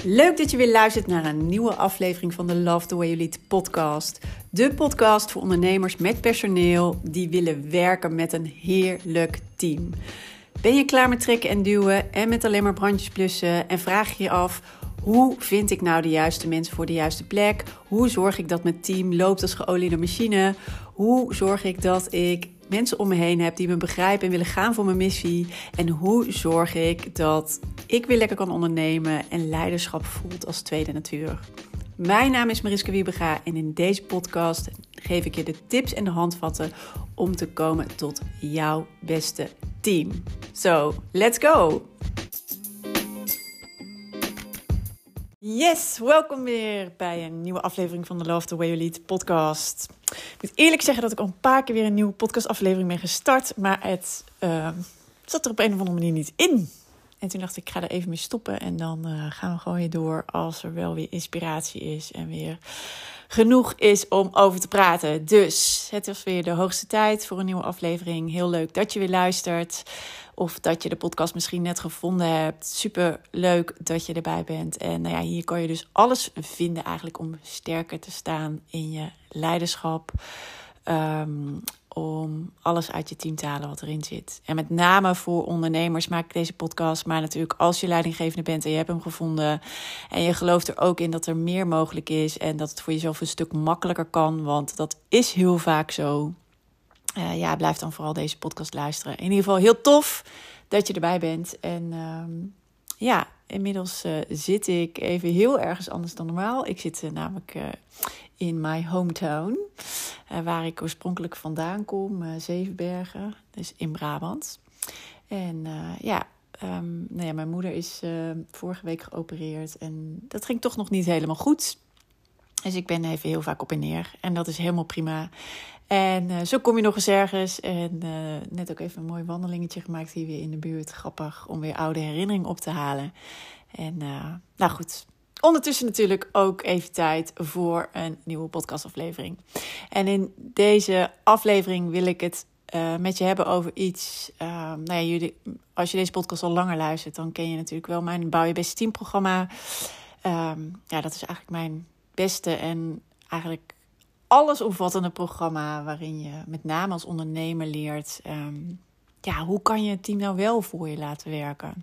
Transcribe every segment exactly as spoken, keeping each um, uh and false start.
Leuk dat je weer luistert naar een nieuwe aflevering van de Love the Way You Lead podcast. De podcast voor ondernemers met personeel die willen werken met een heerlijk team. Ben je klaar met trekken en duwen en met alleen maar brandjes blussen en vraag je je af: hoe vind ik nou de juiste mensen voor de juiste plek? Hoe zorg ik dat mijn team loopt als geoliede machine? Hoe zorg ik dat ik mensen om me heen heb die me begrijpen en willen gaan voor mijn missie? En hoe zorg ik dat ik weer lekker kan ondernemen en leiderschap voelt als tweede natuur? Mijn naam is Mariska Wiebega en in deze podcast geef ik je de tips en de handvatten om te komen tot jouw beste team. So, let's go! Yes, welkom weer bij een nieuwe aflevering van de Love the Way You Lead podcast. Ik moet eerlijk zeggen dat ik al een paar keer weer een nieuwe podcastaflevering ben gestart, maar het uh, zat er op een of andere manier niet in. En toen dacht ik, ik ga er even mee stoppen en dan uh, gaan we gewoon weer door als er wel weer inspiratie is en weer genoeg is om over te praten. Dus het was weer de hoogste tijd voor een nieuwe aflevering. Heel leuk dat je weer luistert of dat je de podcast misschien net gevonden hebt. Super leuk dat je erbij bent. En nou ja, hier kan je dus alles vinden eigenlijk om sterker te staan in je leiderschap. Um, om alles uit je team te halen wat erin zit. En met name voor ondernemers maak ik deze podcast. Maar natuurlijk als je leidinggevende bent en je hebt hem gevonden en je gelooft er ook in dat er meer mogelijk is en dat het voor jezelf een stuk makkelijker kan, want dat is heel vaak zo. Uh, ja, blijf dan vooral deze podcast luisteren. In ieder geval heel tof dat je erbij bent. En um, ja, inmiddels uh, zit ik even heel ergens anders dan normaal. Ik zit uh, namelijk uh, in my hometown, uh, waar ik oorspronkelijk vandaan kom, uh, Zevenbergen, dus in Brabant. En uh, ja, um, nou ja, mijn moeder is uh, vorige week geopereerd en dat ging toch nog niet helemaal goed. Dus ik ben even heel vaak op en neer en dat is helemaal prima. En uh, zo kom je nog eens ergens. En uh, net ook even een mooi wandelingetje gemaakt hier weer in de buurt. Grappig om weer oude herinneringen op te halen. En uh, nou goed, ondertussen natuurlijk ook even tijd voor een nieuwe podcastaflevering. En in deze aflevering wil ik het uh, met je hebben over iets. Uh, nou ja, jullie, als je deze podcast al langer luistert, dan ken je natuurlijk wel mijn Bouw je beste team programma. Um, ja, dat is eigenlijk mijn beste en eigenlijk allesomvattende programma waarin je met name als ondernemer leert, um, ja, hoe kan je het team nou wel voor je laten werken?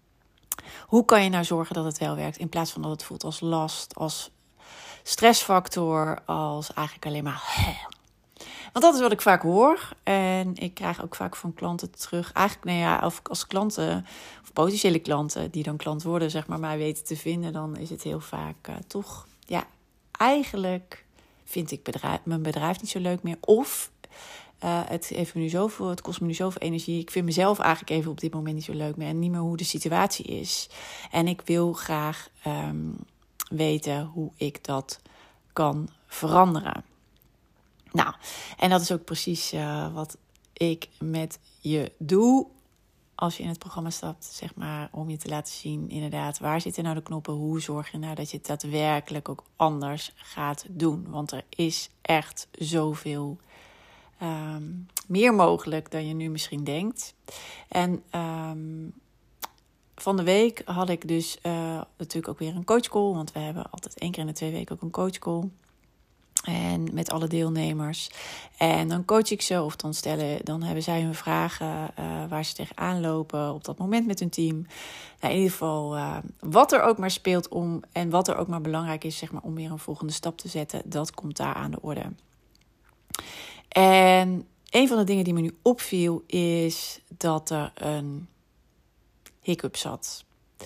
Hoe kan je nou zorgen dat het wel werkt in plaats van dat het voelt als last, als stressfactor, als eigenlijk alleen maar. Want dat is wat ik vaak hoor en ik krijg ook vaak van klanten terug, eigenlijk nou ja, of als klanten of potentiële klanten die dan klant worden, zeg maar, mij weten te vinden, dan is het heel vaak uh, toch, ja, eigenlijk vind ik bedrijf, mijn bedrijf niet zo leuk meer. Of uh, het, heeft me nu zoveel, het kost me nu zoveel energie. Ik vind mezelf eigenlijk even op dit moment niet zo leuk meer. En niet meer hoe de situatie is. En ik wil graag um, weten hoe ik dat kan veranderen. Nou, en dat is ook precies uh, wat ik met je doe. Als je in het programma stapt, zeg maar, om je te laten zien, inderdaad, waar zitten nou de knoppen? Hoe zorg je nou dat je het daadwerkelijk ook anders gaat doen? Want er is echt zoveel um, meer mogelijk dan je nu misschien denkt. En um, van de week had ik dus uh, natuurlijk ook weer een coachcall. Want we hebben altijd één keer in de twee weken ook een coachcall. En met alle deelnemers. En dan coach ik ze of dan stellen, dan hebben zij hun vragen uh, waar ze tegenaan lopen op dat moment met hun team. Nou, in ieder geval uh, wat er ook maar speelt om en wat er ook maar belangrijk is, zeg maar, om weer een volgende stap te zetten, dat komt daar aan de orde. En een van de dingen die me nu opviel is dat er een hiccup zat.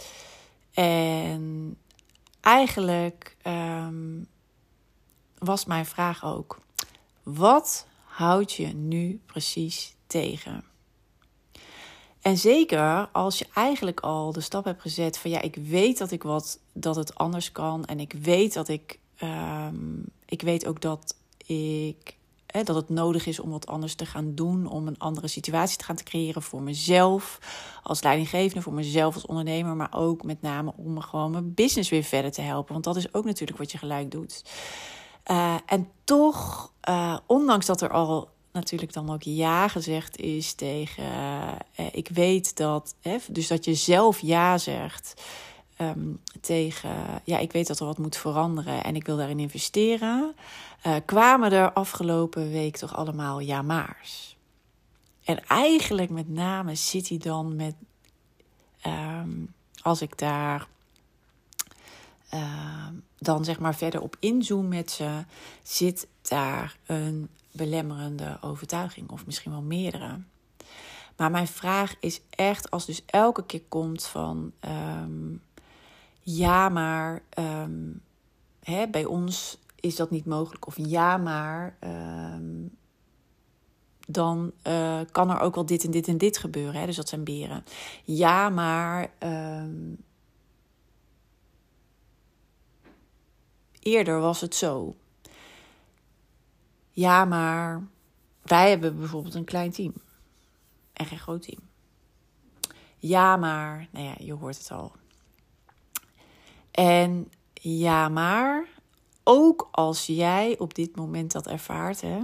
En eigenlijk Um, was mijn vraag ook: wat houdt je nu precies tegen? En zeker als je eigenlijk al de stap hebt gezet van ja, ik weet dat ik wat, dat het anders kan. En ik weet dat ik, um, ik weet ook dat ik, eh, dat het nodig is om wat anders te gaan doen. Om een andere situatie te gaan te creëren voor mezelf als leidinggevende, voor mezelf als ondernemer. Maar ook met name om gewoon mijn business weer verder te helpen. Want dat is ook natuurlijk wat je gelijk doet. Uh, en toch, uh, ondanks dat er al natuurlijk dan ook ja gezegd is tegen, uh, ik weet dat, hè, dus dat je zelf ja zegt, um, tegen, ja, ik weet dat er wat moet veranderen en ik wil daarin investeren, uh, kwamen er afgelopen week toch allemaal ja maar's. En eigenlijk met name zit hij dan met, um, als ik daar uh, dan zeg maar verder op inzoom met ze, zit daar een belemmerende overtuiging of misschien wel meerdere. Maar mijn vraag is echt, als dus elke keer komt van, um, ja maar, um, hè, bij ons is dat niet mogelijk. Of ja maar, um, dan uh, kan er ook wel dit en dit en dit gebeuren. Hè? Dus dat zijn beren. Ja maar, um, eerder was het zo. Ja maar, wij hebben bijvoorbeeld een klein team. En geen groot team. Ja, maar... Nou ja, je hoort het al. En ja, maar... Ook als jij op dit moment dat ervaart... Hè,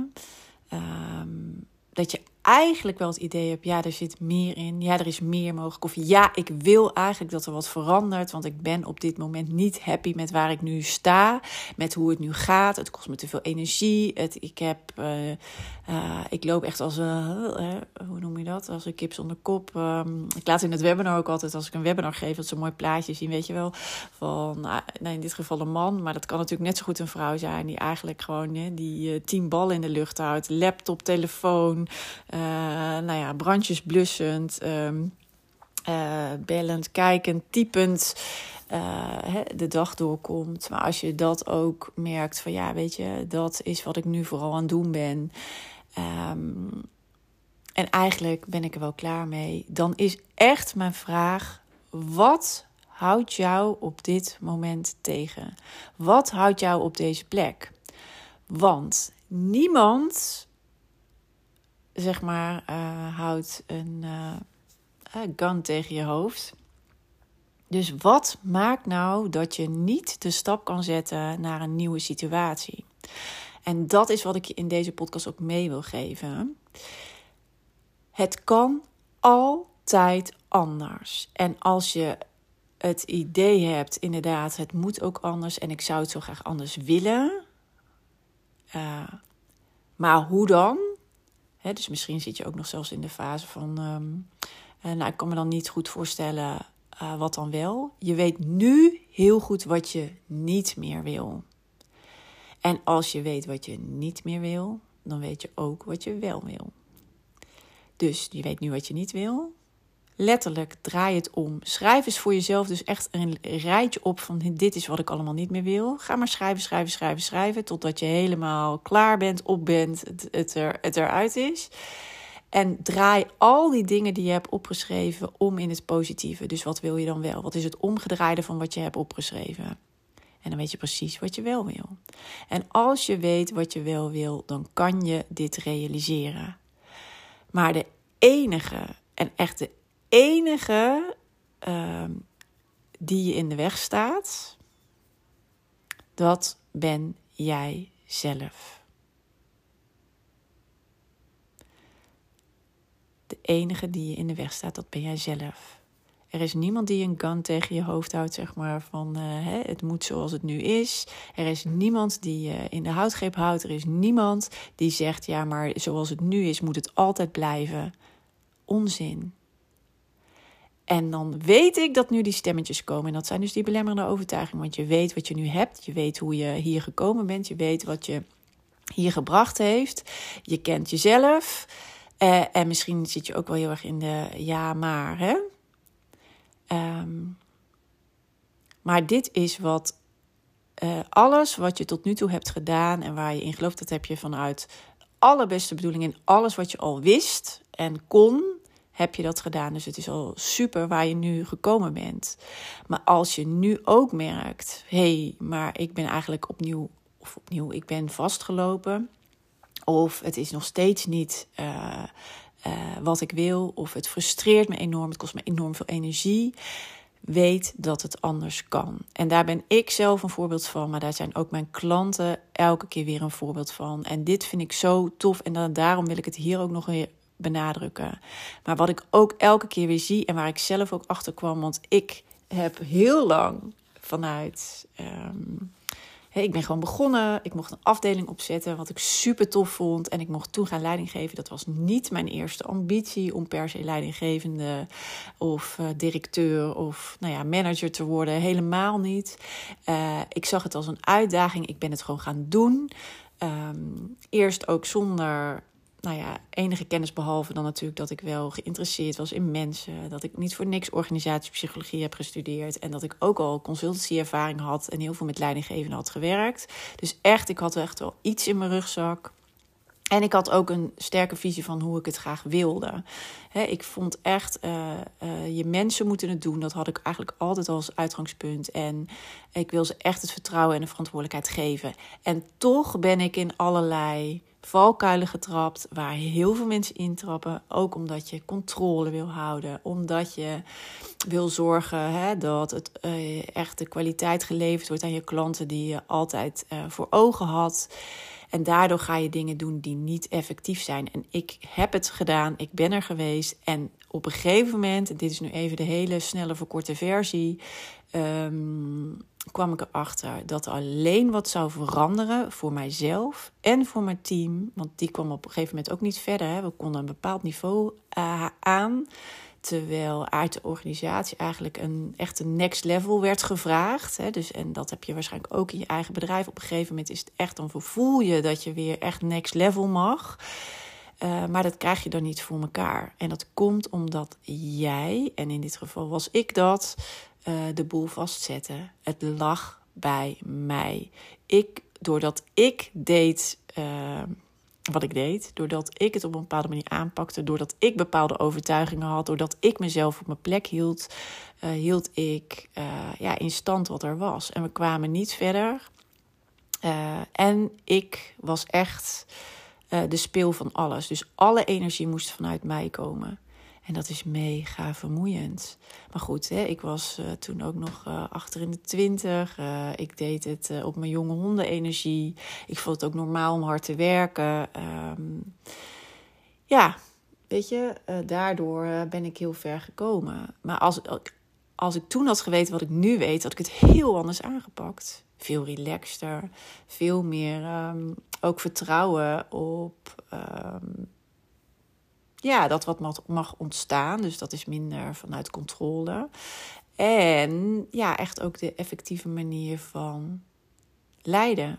um, dat je eigenlijk wel het idee hebt... Ja, er zit meer in. Ja, er is meer mogelijk. Of ja, ik wil eigenlijk dat er wat verandert. Want ik ben op dit moment niet happy met waar ik nu sta. Met hoe het nu gaat. Het kost me te veel energie. Het, ik heb... Uh, uh, ik loop echt als een... Uh, hoe noem je dat? Als een kip zonder kop. Um, ik laat in het webinar ook altijd... Als ik een webinar geef... Dat ze een mooi plaatje zien, weet je wel. Van, uh, nou, in dit geval een man. Maar dat kan natuurlijk net zo goed een vrouw zijn. Die eigenlijk gewoon hè, die uh, tien ballen in de lucht houdt. Laptop, telefoon... Uh, nou ja, brandjes blussend, um, uh, bellend, kijkend, typend, uh, hè, de dag doorkomt. Maar als je dat ook merkt van ja, weet je, dat is wat ik nu vooral aan het doen ben. Um, en eigenlijk ben ik er wel klaar mee. Dan is echt mijn vraag, wat houdt jou op dit moment tegen? Wat houdt jou op deze plek? Want niemand... zeg maar, uh, houdt een uh, gun tegen je hoofd. Dus wat maakt nou dat je niet de stap kan zetten naar een nieuwe situatie? En dat is wat ik je in deze podcast ook mee wil geven. Het kan altijd anders. En als je het idee hebt, inderdaad, het moet ook anders... en ik zou het zo graag anders willen... Uh, maar hoe dan? He, dus misschien zit je ook nog zelfs in de fase van... Um, uh, nou, ik kan me dan niet goed voorstellen uh, wat dan wel. Je weet nu heel goed wat je niet meer wil. En als je weet wat je niet meer wil... dan weet je ook wat je wel wil. Dus je weet nu wat je niet wil. Letterlijk, draai het om. Schrijf eens voor jezelf dus echt een rijtje op van... dit is wat ik allemaal niet meer wil. Ga maar schrijven, schrijven, schrijven, schrijven... totdat je helemaal klaar bent, op bent, het, het, er, het eruit is. En draai al die dingen die je hebt opgeschreven om in het positieve. Dus wat wil je dan wel? Wat is het omgedraaide van wat je hebt opgeschreven? En dan weet je precies wat je wel wil. En als je weet wat je wel wil, dan kan je dit realiseren. Maar de enige, en echt de enige uh, die je in de weg staat, dat ben jij zelf. De enige die je in de weg staat, dat ben jij zelf. Er is niemand die een gun tegen je hoofd houdt, zeg maar, van uh, hè, het moet zoals het nu is. Er is niemand die je uh, in de houtgreep houdt. Er is niemand die zegt, ja, maar zoals het nu is, moet het altijd blijven. Onzin. En dan weet ik dat nu die stemmetjes komen. En dat zijn dus die belemmerende overtuigingen. Want je weet wat je nu hebt. Je weet hoe je hier gekomen bent. Je weet wat je hier gebracht heeft. Je kent jezelf. Uh, en misschien zit je ook wel heel erg in de ja, maar. Hè? Um, maar dit is wat uh, alles wat je tot nu toe hebt gedaan. En waar je in gelooft, dat heb je vanuit allerbeste bedoeling in alles wat je al wist en kon, heb je dat gedaan. Dus het is al super waar je nu gekomen bent. Maar als je nu ook merkt, hé, hey, maar ik ben eigenlijk opnieuw, of opnieuw, ik ben vastgelopen. Of het is nog steeds niet uh, uh, wat ik wil. Of het frustreert me enorm, het kost me enorm veel energie. Weet dat het anders kan. En daar ben ik zelf een voorbeeld van. Maar daar zijn ook mijn klanten elke keer weer een voorbeeld van. En dit vind ik zo tof. En dan, daarom wil ik het hier ook nog weer benadrukken. Maar wat ik ook elke keer weer zie en waar ik zelf ook achter kwam, want ik heb heel lang vanuit... Um, hey, ik ben gewoon begonnen. Ik mocht een afdeling opzetten, wat ik super tof vond. En ik mocht toen gaan leiding geven. Dat was niet mijn eerste ambitie om per se leidinggevende of uh, directeur of nou ja, manager te worden. Helemaal niet. Uh, ik zag het als een uitdaging. Ik ben het gewoon gaan doen. Um, eerst ook zonder... Nou ja, enige kennis behalve dan natuurlijk dat ik wel geïnteresseerd was in mensen. Dat ik niet voor niks organisatiepsychologie heb gestudeerd. En dat ik ook al consultancy-ervaring had en heel veel met leidinggevenden had gewerkt. Dus echt, ik had echt wel iets in mijn rugzak. En ik had ook een sterke visie van hoe ik het graag wilde. He, ik vond echt, uh, uh, je mensen moeten het doen. Dat had ik eigenlijk altijd als uitgangspunt. En ik wil ze echt het vertrouwen en de verantwoordelijkheid geven. En toch ben ik in allerlei valkuilen getrapt waar heel veel mensen intrappen. Ook omdat je controle wil houden. Omdat je wil zorgen hè, dat het uh, echt de kwaliteit geleverd wordt aan je klanten die je altijd uh, voor ogen had. En daardoor ga je dingen doen die niet effectief zijn. En ik heb het gedaan, ik ben er geweest. En op een gegeven moment, en dit is nu even de hele snelle verkorte versie... Um, kwam ik erachter dat alleen wat zou veranderen voor mijzelf en voor mijn team. Want die kwam op een gegeven moment ook niet verder. Hè. We konden een bepaald niveau uh, aan. Terwijl uit de organisatie eigenlijk een echt een next level werd gevraagd. Hè. Dus, en dat heb je waarschijnlijk ook in je eigen bedrijf. Op een gegeven moment is het echt, dan voel je dat je weer echt next level mag. Uh, maar dat krijg je dan niet voor elkaar. En dat komt omdat jij, en in dit geval was ik dat, uh, de boel vastzette. Het lag bij mij. Ik, doordat ik deed uh, wat ik deed, doordat ik het op een bepaalde manier aanpakte, doordat ik bepaalde overtuigingen had, doordat ik mezelf op mijn plek hield, uh, hield ik uh, ja, in stand wat er was. En we kwamen niet verder. Uh, en ik was echt... Uh, de speel van alles. Dus alle energie moest vanuit mij komen. En dat is mega vermoeiend. Maar goed, hè, ik was uh, toen ook nog uh, achter in de twintig. Uh, ik deed het uh, op mijn jonge hondenenergie. Ik vond het ook normaal om hard te werken. Um, ja, weet je, uh, daardoor uh, ben ik heel ver gekomen. Maar als, als ik toen had geweten wat ik nu weet, had ik het heel anders aangepakt. Veel relaxter, veel meer um, ook vertrouwen op um, ja, dat wat mag ontstaan. Dus dat is minder vanuit controle. En ja, echt ook de effectieve manier van leiden.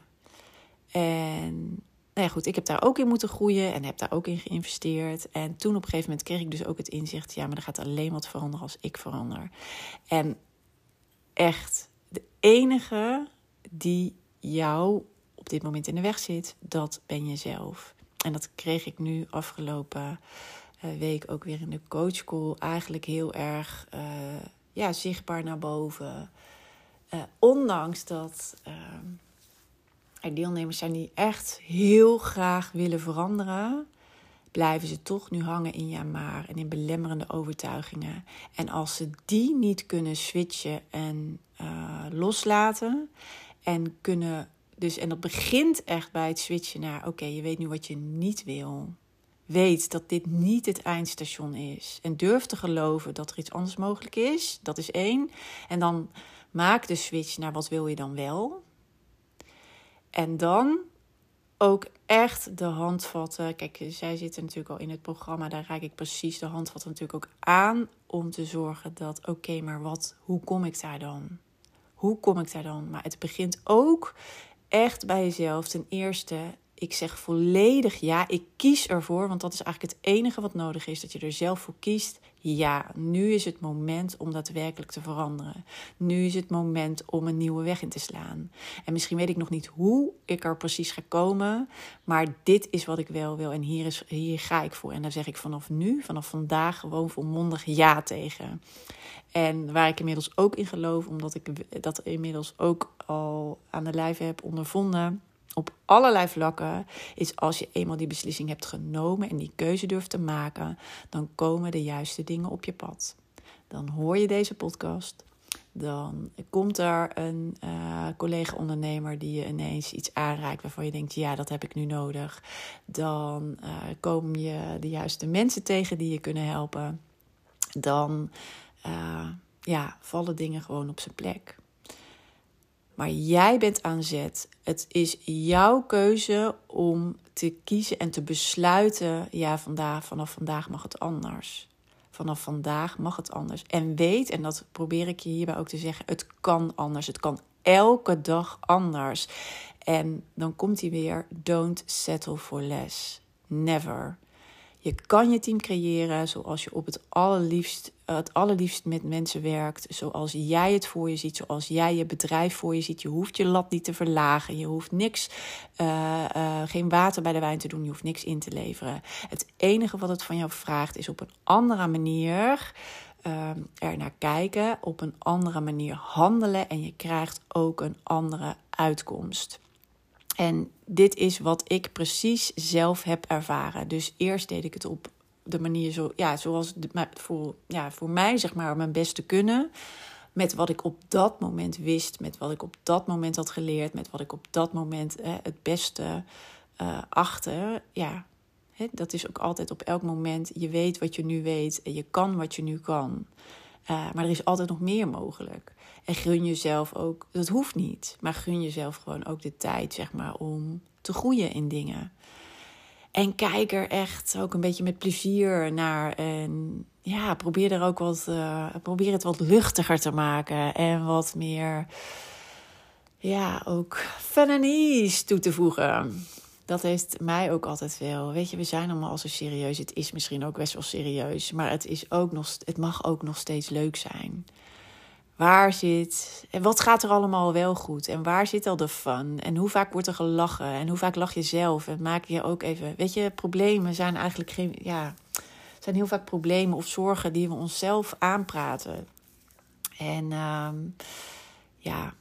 En nou ja, goed, ik heb daar ook in moeten groeien en heb daar ook in geïnvesteerd. En toen op een gegeven moment kreeg ik dus ook het inzicht, ja, maar er gaat alleen wat veranderen als ik verander. En echt, de enige die jou op dit moment in de weg zit, dat ben je zelf. En dat kreeg ik nu afgelopen uh, week ook weer in de coachcall eigenlijk heel erg uh, ja, zichtbaar naar boven. Uh, ondanks dat uh, er deelnemers zijn die echt heel graag willen veranderen, blijven ze toch nu hangen in ja maar en in belemmerende overtuigingen. En als ze die niet kunnen switchen en uh, loslaten en kunnen dus, en dat begint echt bij het switchen naar, oké, okay, je weet nu wat je niet wil. Weet dat dit niet het eindstation is. En durf te geloven dat er iets anders mogelijk is. Dat is één. En dan maak de switch naar wat wil je dan wel. En dan ook echt de handvatten. Kijk, zij zitten natuurlijk al in het programma. Daar raak ik precies de handvatten natuurlijk ook aan. Om te zorgen dat, oké, okay, maar wat, hoe kom ik daar dan? Hoe kom ik daar dan? Maar het begint ook echt bij jezelf. Ten eerste, ik zeg volledig ja. Ik kies ervoor, want dat is eigenlijk het enige wat nodig is. Dat je er zelf voor kiest. Ja, nu is het moment om daadwerkelijk te veranderen. Nu is het moment om een nieuwe weg in te slaan. En misschien weet ik nog niet hoe ik er precies ga komen. Maar dit is wat ik wel wil. En hier, is, hier ga ik voor. En daar zeg ik vanaf nu, vanaf vandaag gewoon volmondig ja tegen. En waar ik inmiddels ook in geloof, omdat ik dat inmiddels ook al aan de lijve heb ondervonden, op allerlei vlakken, is als je eenmaal die beslissing hebt genomen en die keuze durft te maken, dan komen de juiste dingen op je pad. Dan hoor je deze podcast, dan komt er een uh, collega-ondernemer die je ineens iets aanreikt waarvan je denkt, ja, dat heb ik nu nodig. Dan uh, kom je de juiste mensen tegen die je kunnen helpen. Dan Uh, ja, vallen dingen gewoon op zijn plek. Maar jij bent aan zet. Het is jouw keuze om te kiezen en te besluiten. Ja, vandaag, vanaf vandaag mag het anders. Vanaf vandaag mag het anders. En weet, en dat probeer ik je hierbij ook te zeggen, het kan anders. Het kan elke dag anders. En dan komt hij weer, don't settle for less. Never. Je kan je team creëren zoals je op het allerliefst, het allerliefst met mensen werkt. Zoals jij het voor je ziet, zoals jij je bedrijf voor je ziet. Je hoeft je lat niet te verlagen. Je hoeft niks, uh, uh, geen water bij de wijn te doen. Je hoeft niks in te leveren. Het enige wat het van jou vraagt is op een andere manier uh, er naar kijken. Op een andere manier handelen. En je krijgt ook een andere uitkomst. En dit is wat ik precies zelf heb ervaren. Dus eerst deed ik het op de manier zo, ja, zoals de, voor, ja, voor mij zeg maar mijn best te kunnen. Met wat ik op dat moment wist. Met wat ik op dat moment had geleerd. Met wat ik op dat moment eh, het beste uh, achtte. Ja, hè, dat is ook altijd op elk moment. Je weet wat je nu weet. En je kan wat je nu kan. Uh, maar er is altijd nog meer mogelijk. En gun jezelf ook, dat hoeft niet, maar gun jezelf gewoon ook de tijd, zeg maar, om te groeien in dingen. En kijk er echt ook een beetje met plezier naar. En ja, probeer er ook wat, uh, probeer het wat luchtiger te maken. En wat meer, ja, ook fun and ease toe te voegen. Dat heeft mij ook altijd wel. Weet je, we zijn allemaal al zo serieus. Het is misschien ook best wel serieus. Maar het, is ook nog, het mag ook nog steeds leuk zijn. Waar zit... En wat gaat er allemaal wel goed? En waar zit al de fun? En hoe vaak wordt er gelachen? En hoe vaak lach je zelf? En maak je ook even... Weet je, problemen zijn eigenlijk geen... Ja, zijn heel vaak problemen of zorgen die we onszelf aanpraten. En um, ja...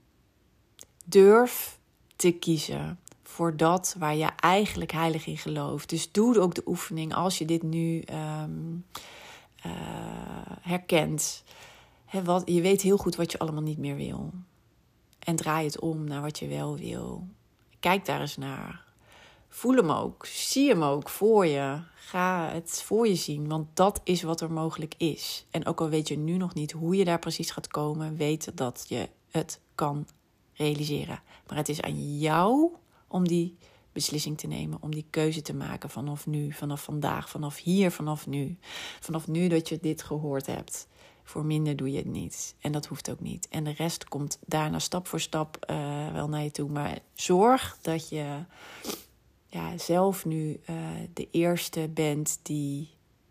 Durf te kiezen voor dat waar je eigenlijk heilig in gelooft. Dus doe ook de oefening als je dit nu um, uh, herkent. He, wat, je weet heel goed wat je allemaal niet meer wil. En draai het om naar wat je wel wil. Kijk daar eens naar. Voel hem ook. Zie hem ook voor je. Ga het voor je zien, want dat is wat er mogelijk is. En ook al weet je nu nog niet hoe je daar precies gaat komen, weet dat je het kan realiseren. Maar het is aan jou om die beslissing te nemen, om die keuze te maken vanaf nu, vanaf vandaag, vanaf hier, vanaf nu. Vanaf nu dat je dit gehoord hebt. Voor minder doe je het niet. En dat hoeft ook niet. En de rest komt daarna stap voor stap uh, wel naar je toe. Maar zorg dat je ja, zelf nu uh, de eerste bent die,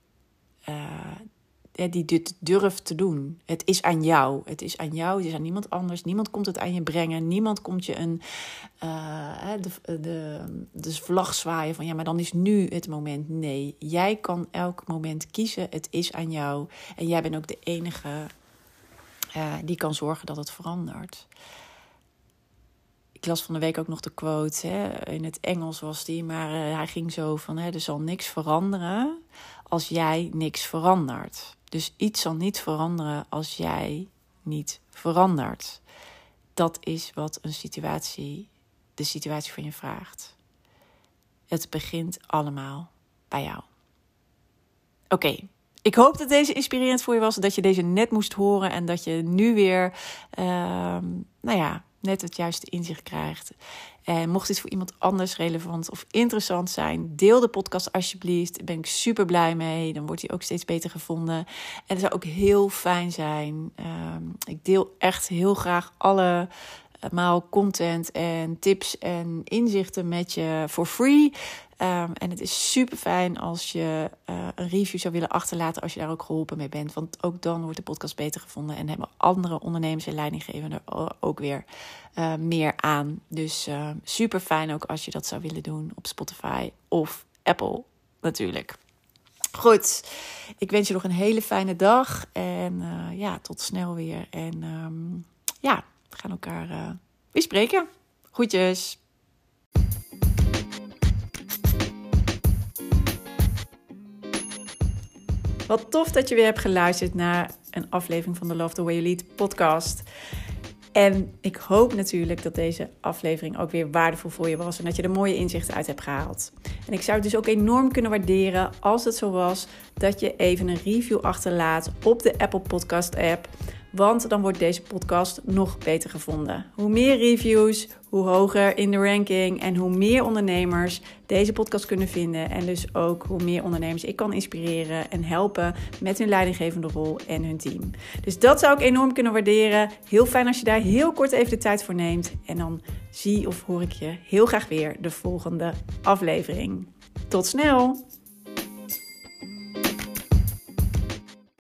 uh, die dit durft te doen. Het is aan jou. Het is aan jou. Het is aan niemand anders. Niemand komt het aan je brengen. Niemand komt je een uh, de, de, de vlag zwaaien van ja, maar dan is nu het moment. Nee, jij kan elk moment kiezen. Het is aan jou. En jij bent ook de enige uh, die kan zorgen dat het verandert. Ik las van de week ook nog de quote. Hè? In het Engels was die, maar uh, hij ging zo van: hè, er zal niks veranderen als jij niks verandert. Dus iets zal niet veranderen als jij niet verandert. Dat is wat een situatie, de situatie van je vraagt. Het begint allemaal bij jou. Oké, okay. Ik hoop dat deze inspirerend voor je was. Dat je deze net moest horen en dat je nu weer, uh, nou ja, net het juiste inzicht krijgt. En mocht dit voor iemand anders relevant of interessant zijn, deel de podcast alsjeblieft. Daar ben ik super blij mee. Dan wordt hij ook steeds beter gevonden. En het zou ook heel fijn zijn. Um, ik deel echt heel graag alle maal content en tips en inzichten met je for free. Um, en het is super fijn als je uh, een review zou willen achterlaten als je daar ook geholpen mee bent. Want ook dan wordt de podcast beter gevonden en hebben andere ondernemers en leidinggevenden er ook weer uh, meer aan. Dus uh, super fijn ook als je dat zou willen doen op Spotify of Apple natuurlijk. Goed, ik wens je nog een hele fijne dag en uh, ja, tot snel weer. En um, ja, we gaan elkaar uh, weer spreken. Groetjes. Wat tof dat je weer hebt geluisterd naar een aflevering van de Love the Way You Lead podcast. En ik hoop natuurlijk dat deze aflevering ook weer waardevol voor je was en dat je er mooie inzichten uit hebt gehaald. En ik zou het dus ook enorm kunnen waarderen als het zo was dat je even een review achterlaat op de Apple Podcast app. Want dan wordt deze podcast nog beter gevonden. Hoe meer reviews, hoe hoger in de ranking en hoe meer ondernemers deze podcast kunnen vinden. En dus ook hoe meer ondernemers ik kan inspireren en helpen met hun leidinggevende rol en hun team. Dus dat zou ik enorm kunnen waarderen. Heel fijn als je daar heel kort even de tijd voor neemt. En dan zie of hoor ik je heel graag weer de volgende aflevering. Tot snel!